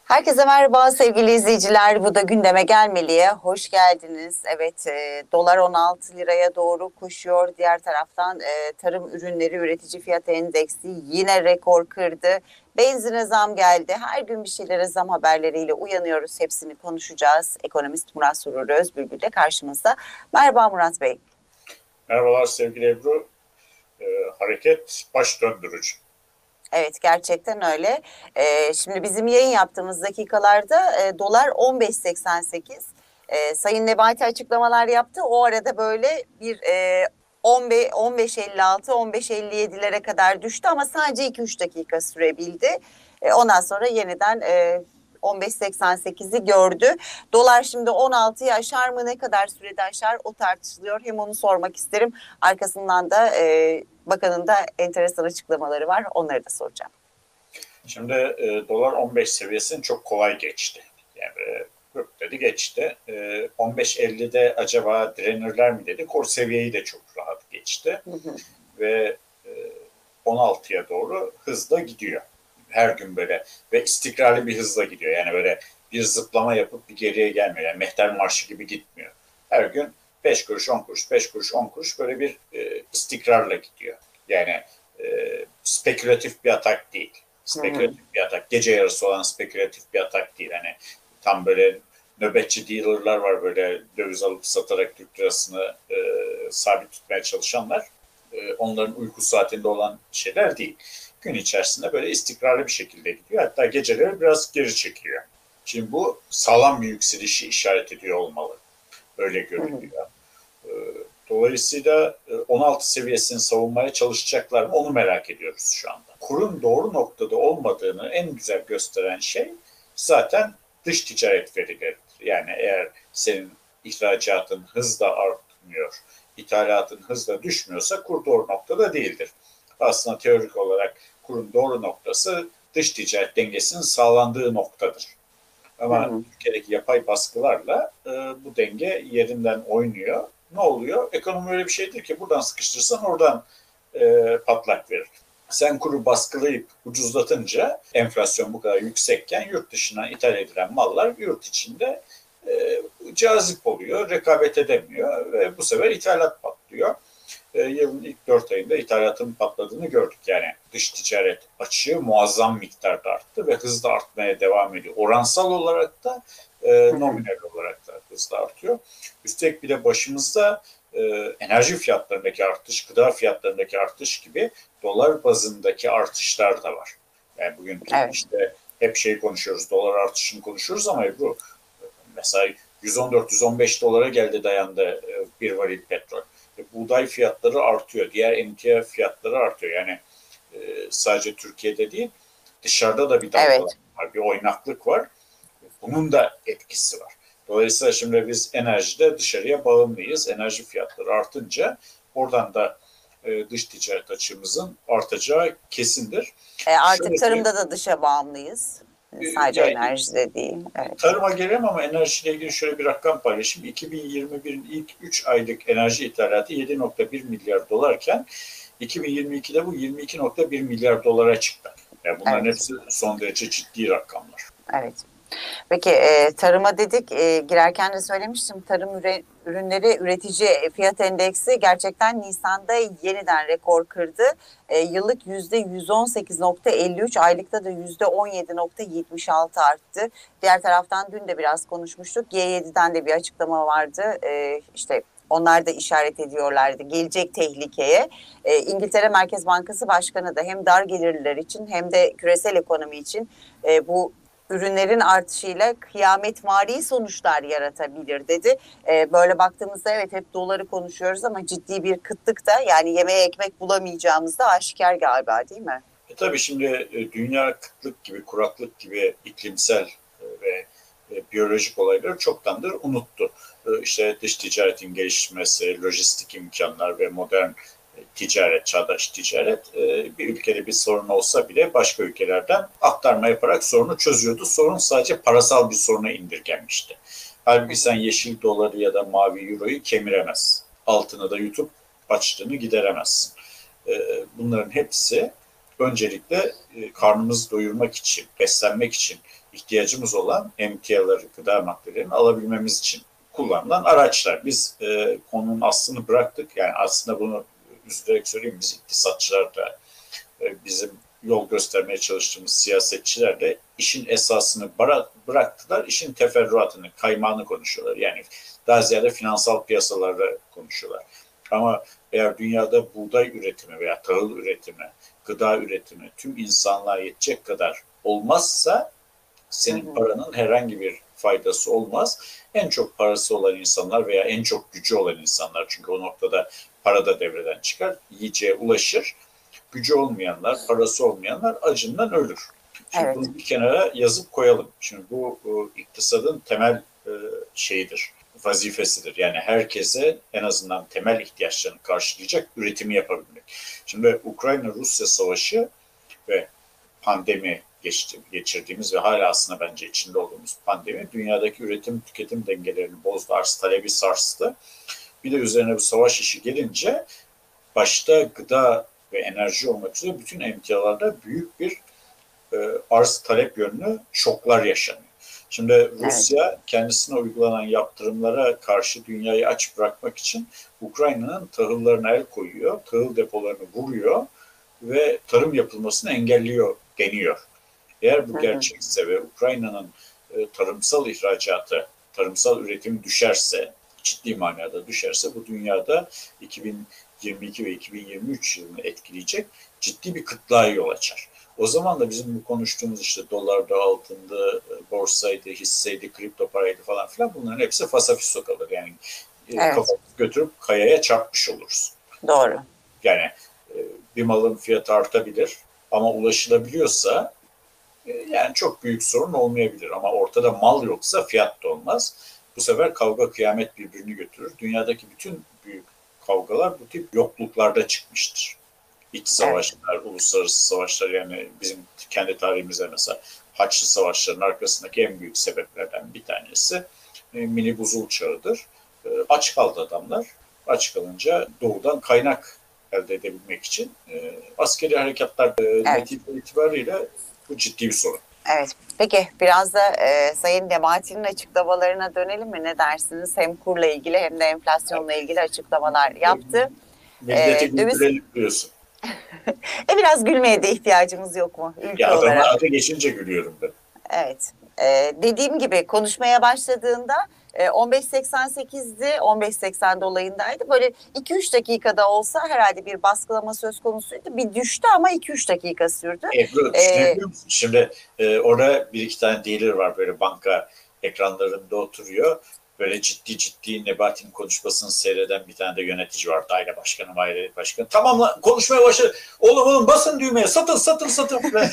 Herkese merhaba sevgili izleyiciler. Bu da gündeme gelmeliye. Hoş geldiniz. Evet, dolar 16 liraya doğru koşuyor. Diğer taraftan tarım ürünleri üretici fiyat endeksi yine rekor kırdı. Benzine zam geldi. Her gün bir şeylere zam haberleriyle uyanıyoruz. Hepsini konuşacağız. Ekonomist Murat Surur Özbülbül de karşımızda. Merhaba Murat Bey. Merhabalar sevgili Ebru. Hareket baş döndürücü. Evet, gerçekten öyle. Şimdi bizim yayın yaptığımız dakikalarda dolar 15.88. Sayın Nebati açıklamalar yaptı. O arada böyle bir 15, 15.56, 15.57'lere kadar düştü ama sadece 2-3 dakika sürebildi. Ondan sonra yeniden 15.88'i gördü. Dolar şimdi 16'yı aşar mı, ne kadar sürede aşar o tartışılıyor. Hem onu sormak isterim. Arkasından da bakanın da enteresan açıklamaları var. Onları da soracağım. Şimdi dolar 15 seviyesini çok kolay geçti. Yani dedi geçti. 15.50'de acaba direnirler mi dedik. O seviyeyi de çok rahat geçti. Hı hı. Ve 16'ya doğru hızla gidiyor. Her gün böyle ve istikrarlı bir hızla gidiyor. Yani böyle bir zıplama yapıp bir geriye gelmiyor. Yani mehter marşı gibi gitmiyor. Her gün 5 kuruş 10 kuruş 5 kuruş 10 kuruş böyle bir istikrarla gidiyor. Yani spekülatif bir atak değil. Hı hı. Spekülatif bir atak. Gece yarısı olan spekülatif bir atak değil. Hani tam böyle nöbetçi dealerlar var, böyle döviz alıp satarak Türk lirasını sabit tutmaya çalışanlar. Onların uyku saatinde olan şeyler değil. Gün içerisinde böyle istikrarlı bir şekilde gidiyor. Hatta geceleri biraz geri çekiliyor. Şimdi bu sağlam bir yükselişi işaret ediyor olmalı. Öyle Hı hı. görünüyor. E, Dolayısıyla 16 seviyesini savunmaya çalışacaklar mı onu merak ediyoruz şu anda. Kurun doğru noktada olmadığını en güzel gösteren şey zaten dış ticaret verileridir. Yani eğer senin ihracatın hızla artmıyor, ithalatın hızla düşmüyorsa kur doğru noktada değildir. Aslında teorik olarak kurun doğru noktası dış ticaret dengesinin sağlandığı noktadır. Hı Ama hı. Türkiye'deki yapay baskılarla bu denge yerinden oynuyor. Ne oluyor? Ekonomi öyle bir şeydir ki buradan sıkıştırırsan oradan patlak verir. Sen kuru baskılayıp ucuzlatınca enflasyon bu kadar yüksekken yurt dışına ithal edilen mallar yurt içinde cazip oluyor, rekabet edemiyor ve bu sefer ithalat patlıyor. Yılın ilk 4 ayında ithalatın patladığını gördük. Yani dış ticaret açığı muazzam miktarda arttı ve hızla artmaya devam ediyor. Oransal olarak da Hı hı. nominal olarak da hızla artıyor. Üstelik bir de başımızda enerji fiyatlarındaki artış, gıda fiyatlarındaki artış gibi dolar bazındaki artışlar da var. Yani bugün Evet. işte hep şey konuşuyoruz, dolar artışını konuşuyoruz ama bu mesela 114-115 dolara geldi, dayandı bir varil petrol. Buğday fiyatları artıyor. Diğer emtia fiyatları artıyor. Yani sadece Türkiye'de değil, dışarıda da bir dalgalanma Evet. var, bir oynaklık var. Bunun da etkisi var. Dolayısıyla şimdi biz enerjide dışarıya bağımlıyız. Enerji fiyatları artınca oradan da dış ticaret açığımızın artacağı kesindir. Artık Şöyle ki, tarımda da dışa bağımlıyız. Sadece yani enerjide değil. Evet. tarıma gelelim ama enerjiyle ilgili şöyle bir rakam paylaşayım. 2021'in ilk 3 aylık enerji ithalatı 7,1 milyar dolarken 2022'de bu 22,1 milyar dolara çıktı. Yani bunların Evet. hepsi son derece ciddi rakamlar. Evet. Peki tarıma dedik, girerken de söylemiştim, tarım ürünleri üretici fiyat endeksi gerçekten Nisan'da yeniden rekor kırdı. Yıllık %118,53, aylıkta da %17,76 arttı. Diğer taraftan dün de biraz konuşmuştuk. G7'den de bir açıklama vardı. İşte onlar da işaret ediyorlardı gelecek tehlikeye. İngiltere Merkez Bankası Başkanı da hem dar gelirliler için hem de küresel ekonomi için bu ürünlerin artışıyla kıyametvari sonuçlar yaratabilir dedi. Böyle baktığımızda evet hep doları konuşuyoruz ama ciddi bir kıtlık da, yani yemeğe ekmek bulamayacağımız da aşikar galiba, değil mi? Tabii şimdi dünya kıtlık gibi, kuraklık gibi iklimsel ve biyolojik olayları çoktandır unuttu. İşte dış ticaretin gelişmesi, lojistik imkanlar ve modern ticaret, çağdaş ticaret bir ülkede bir sorun olsa bile başka ülkelerden aktarma yaparak sorunu çözüyordu. Sorun sadece parasal bir soruna indirgenmişti. Hı Halbuki hı. sen yeşil doları ya da mavi euroyu kemiremezsin. Altını da yutup açlığını gideremezsin. Bunların hepsi öncelikle karnımızı doyurmak için, beslenmek için ihtiyacımız olan emtiaları, gıda maddelerini alabilmemiz için kullanılan araçlar. Biz konunun aslını bıraktık. Yani aslında bunu üzülerek söyleyeyim, biz iktisatçılar da bizim yol göstermeye çalıştığımız siyasetçiler de işin esasını bıraktılar, işin teferruatını, kaymağını konuşuyorlar. Yani daha ziyade finansal piyasalarda konuşuyorlar. Ama eğer dünyada buğday üretimi veya tahıl üretimi, gıda üretimi tüm insanlığa yetecek kadar olmazsa senin paranın herhangi bir faydası olmaz. En çok parası olan insanlar veya en çok gücü olan insanlar, çünkü o noktada para da devreden çıkar, yiyeceğe ulaşır. Gücü olmayanlar, parası olmayanlar acından ölür. Şimdi Evet. bunu bir kenara yazıp koyalım. Şimdi bu iktisadın temel şeyidir, vazifesidir. Yani herkese en azından temel ihtiyaçlarını karşılayacak üretimi yapabilmek. Şimdi Ukrayna-Rusya savaşı ve pandemi geçirdiğimiz ve hala aslında bence içinde olduğumuz pandemi dünyadaki üretim tüketim dengelerini bozdu, arz talebi sarstı. Bir de üzerine bu savaş işi gelince başta gıda ve enerji olmak üzere bütün emtialarda büyük bir arz talep yönlü şoklar yaşanıyor. Şimdi Rusya kendisine uygulanan yaptırımlara karşı dünyayı aç bırakmak için Ukrayna'nın tahıllarına el koyuyor, tahıl depolarını vuruyor ve tarım yapılmasını engelliyor deniyor. Eğer bu gerçekse ve Ukrayna'nın tarımsal ihracatı, tarımsal üretimi düşerse, ciddi manada düşerse, bu dünyada 2022 ve 2023 yılını etkileyecek ciddi bir kıtlığa yol açar. O zaman da bizim bu konuştuğumuz işte dolarda, altında, borsaydı, hisseydi, kripto paraydı falan filan, bunların hepsi fasafiso kalır. Yani kafamızı götürüp kayaya çarpmış oluruz. Doğru. Yani bir malın fiyatı artabilir ama ulaşılabiliyorsa yani çok büyük sorun olmayabilir. Ama ortada mal yoksa fiyat da olmaz. Bu sefer kavga kıyamet birbirini götürür. Dünyadaki bütün büyük kavgalar bu tip yokluklarda çıkmıştır. İç savaşlar, uluslararası savaşlar, yani bizim kendi tarihimizde mesela Haçlı Savaşları'nın arkasındaki en büyük sebeplerden bir tanesi mini buzul çağıdır. Aç kaldı adamlar. Aç kalınca doğudan kaynak elde edebilmek için askeri harekatlar netice itibariyle bu ciddi bir sorun. Evet. Peki biraz da Sayın Nebati'nin açıklamalarına dönelim mi? Ne dersiniz? Hem kurla ilgili hem de enflasyonla ilgili açıklamalar yaptı. Milleti güldürelim diyorsun. Biraz gülmeye de ihtiyacımız yok mu ülke Ya adamın olarak? adı geçince gülüyorum ben. Evet. Dediğim gibi konuşmaya başladığında 15.88'di, 15.80 dolayındaydı. Böyle 2-3 dakikada olsa herhalde bir baskılama söz konusuydu. Bir düştü ama 2-3 dakika sürdü. Ebru, düşünebiliyor musun? Şimdi orada bir iki tane dealer var, böyle banka ekranlarında oturuyor. Böyle ciddi ciddi Nebati'nin konuşmasını seyreden bir tane de yönetici var. Daire başkanı, daire başkanı. Tamam lan, konuşmaya başladı. Oğlum basın düğmeye, satın falan.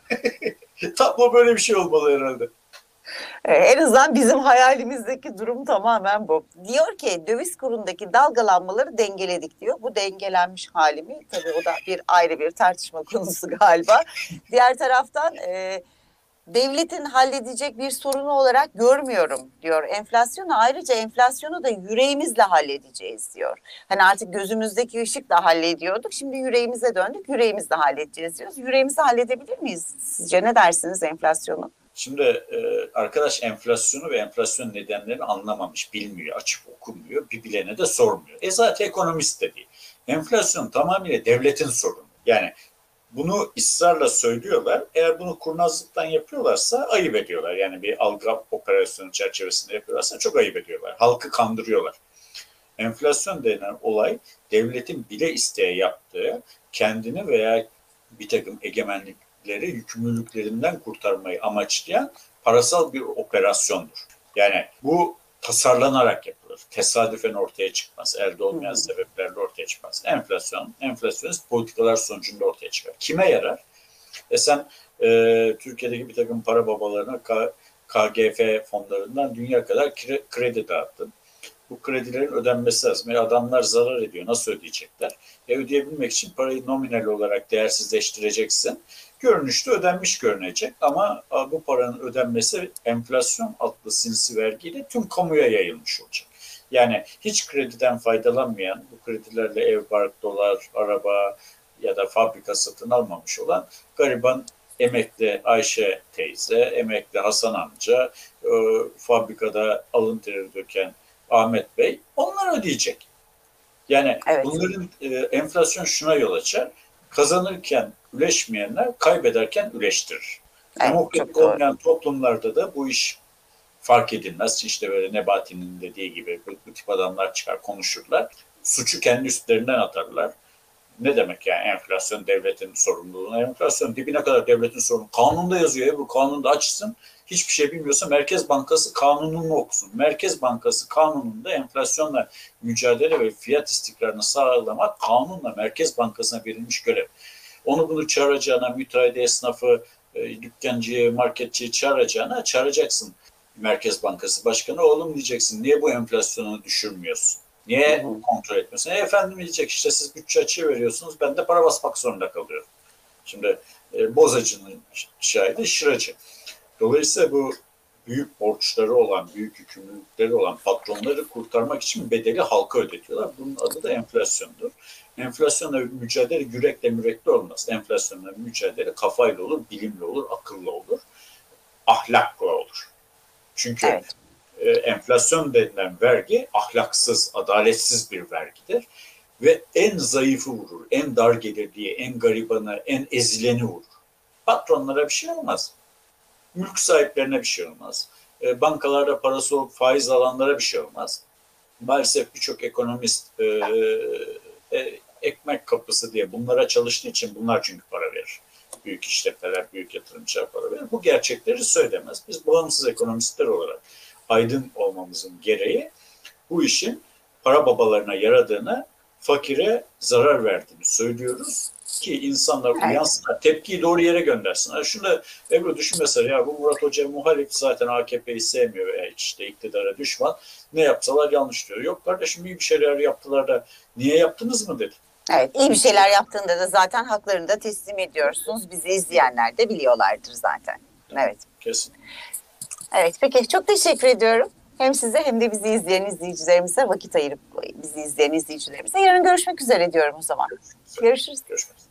Tablo böyle bir şey olmalı herhalde. En azından bizim hayalimizdeki durum tamamen bu. Diyor ki döviz kurundaki dalgalanmaları dengeledik diyor. Bu dengelenmiş hali mi? Tabii o da bir ayrı bir tartışma konusu galiba. Diğer taraftan devletin halledecek bir sorunu olarak görmüyorum diyor. Enflasyonu, ayrıca enflasyonu da yüreğimizle halledeceğiz diyor. Hani artık gözümüzdeki ışıkla hallediyorduk. Şimdi yüreğimize döndük. Yüreğimizle halledeceğiz diyoruz. Yüreğimizi halledebilir miyiz? Sizce ne dersiniz enflasyonu? Şimdi arkadaş enflasyonu ve enflasyon nedenlerini anlamamış, bilmiyor, açıp okumuyor, bir bilene de sormuyor. Zaten ekonomist de değil. Enflasyon tamamıyla devletin sorunu. Yani bunu ısrarla söylüyorlar. Eğer bunu kurnazlıktan yapıyorlarsa ayıp ediyorlar. Yani bir algı operasyonu çerçevesinde yapıyorlarsa çok ayıp ediyorlar. Halkı kandırıyorlar. Enflasyon denen olay devletin bile isteye yaptığı, kendini veya bir takım egemenlikleri yükümlülüklerinden kurtarmayı amaçlayan parasal bir operasyondur. Yani bu tasarlanarak yapılır. Tesadüfen ortaya çıkmaz. Elde olmayan sebeplerle ortaya çıkmaz. Enflasyonist politikalar sonucunda ortaya çıkar. Kime yarar? Sen Türkiye'deki bir takım para babalarına KGF fonlarından dünya kadar kredi dağıttın. Bu kredilerin ödenmesi lazım. Adamlar zarar ediyor. Nasıl ödeyecekler? Ödeyebilmek için parayı nominal olarak değersizleştireceksin. Görünüşte ödenmiş görünecek ama bu paranın ödenmesi enflasyon adlı sinsi vergiyle tüm kamuya yayılmış olacak. Yani hiç krediden faydalanmayan, bu kredilerle ev, bark, dolar, araba ya da fabrika satın almamış olan gariban emekli Ayşe teyze, emekli Hasan amca, fabrikada alın teri döken Ahmet Bey, onlar ödeyecek. Yani Evet. bunların enflasyon şuna yol açar. Kazanırken üleşmeyenler kaybederken üleştirir. Evet, Demokratik çok doğru. olmayan toplumlarda da bu iş fark edilmez. İşte böyle Nebati'nin dediği gibi bu tip adamlar çıkar konuşurlar. Suçu kendi üstlerinden atarlar. Ne demek yani enflasyon devletin sorumluluğuna? Enflasyon dibine kadar devletin sorumluluğu. Kanunda yazıyor. Bu kanunda açsın. Hiçbir şey bilmiyorsa Merkez Bankası kanununu okusun. Merkez Bankası kanununda enflasyonla mücadele ve fiyat istikrarını sağlamak kanunla Merkez Bankası'na verilmiş görev. Onu bunu çağıracağına, müteahhidi, esnafı, dükkancıyı, marketçiyi çağıracaksın Merkez Bankası Başkanı. Oğlum diyeceksin, niye bu enflasyonu düşürmüyorsun? Niye kontrol etmiyorsun? Efendim diyecek, işte siz bütçe açığı veriyorsunuz, ben de para basmak zorunda kalıyorum. Şimdi bozacının şahidi şıracı. Dolayısıyla bu büyük borçları olan, büyük yükümlülükleri olan patronları kurtarmak için bedeli halka ödetiyorlar. Bunun adı da enflasyondur. Enflasyonla mücadele yürekle mürekle olmaz. Enflasyonla mücadele kafayla olur, bilimle olur, akılla olur, ahlakla olur. Çünkü Evet. Enflasyon denilen vergi ahlaksız, adaletsiz bir vergidir. Ve en zayıfı vurur, en dar gelirliği, en garibanı, en ezileni vurur. Patronlara bir şey olmaz. Mülk sahiplerine bir şey olmaz. Bankalarda parası olup faiz alanlara bir şey olmaz. Maalesef birçok ekonomist ekmek kapısı diye bunlara çalıştığı için bunlar çünkü para verir. Büyük işletmeler, büyük yatırımcılar para verir. Bu gerçekleri söylemez. Biz bağımsız ekonomistler olarak aydın olmamızın gereği bu işin para babalarına yaradığını, fakire zarar verdiğini söylüyoruz ki insanlar uyansınlar, tepkiyi doğru yere göndersinler. Şunu da Ebru düşün mesela, ya bu Murat Hoca muhalif, zaten AKP'yi sevmiyor veya işte iktidara düşman, ne yapsalar yanlış diyor. Yok kardeşim, iyi bir şeyler yaptılar da niye yaptınız mı dedi. Evet, iyi bir şeyler yaptığında da zaten haklarını da teslim ediyorsunuz. Bizi izleyenler de biliyorlardır zaten. Evet. Kesin. Evet, peki çok teşekkür ediyorum. Hem size hem de bizi izleyen izleyicilerimize vakit ayırıp bizi izleyen izleyicilerimize. Yarın görüşmek üzere diyorum o zaman. Görüşürüz. Görüşmek üzere.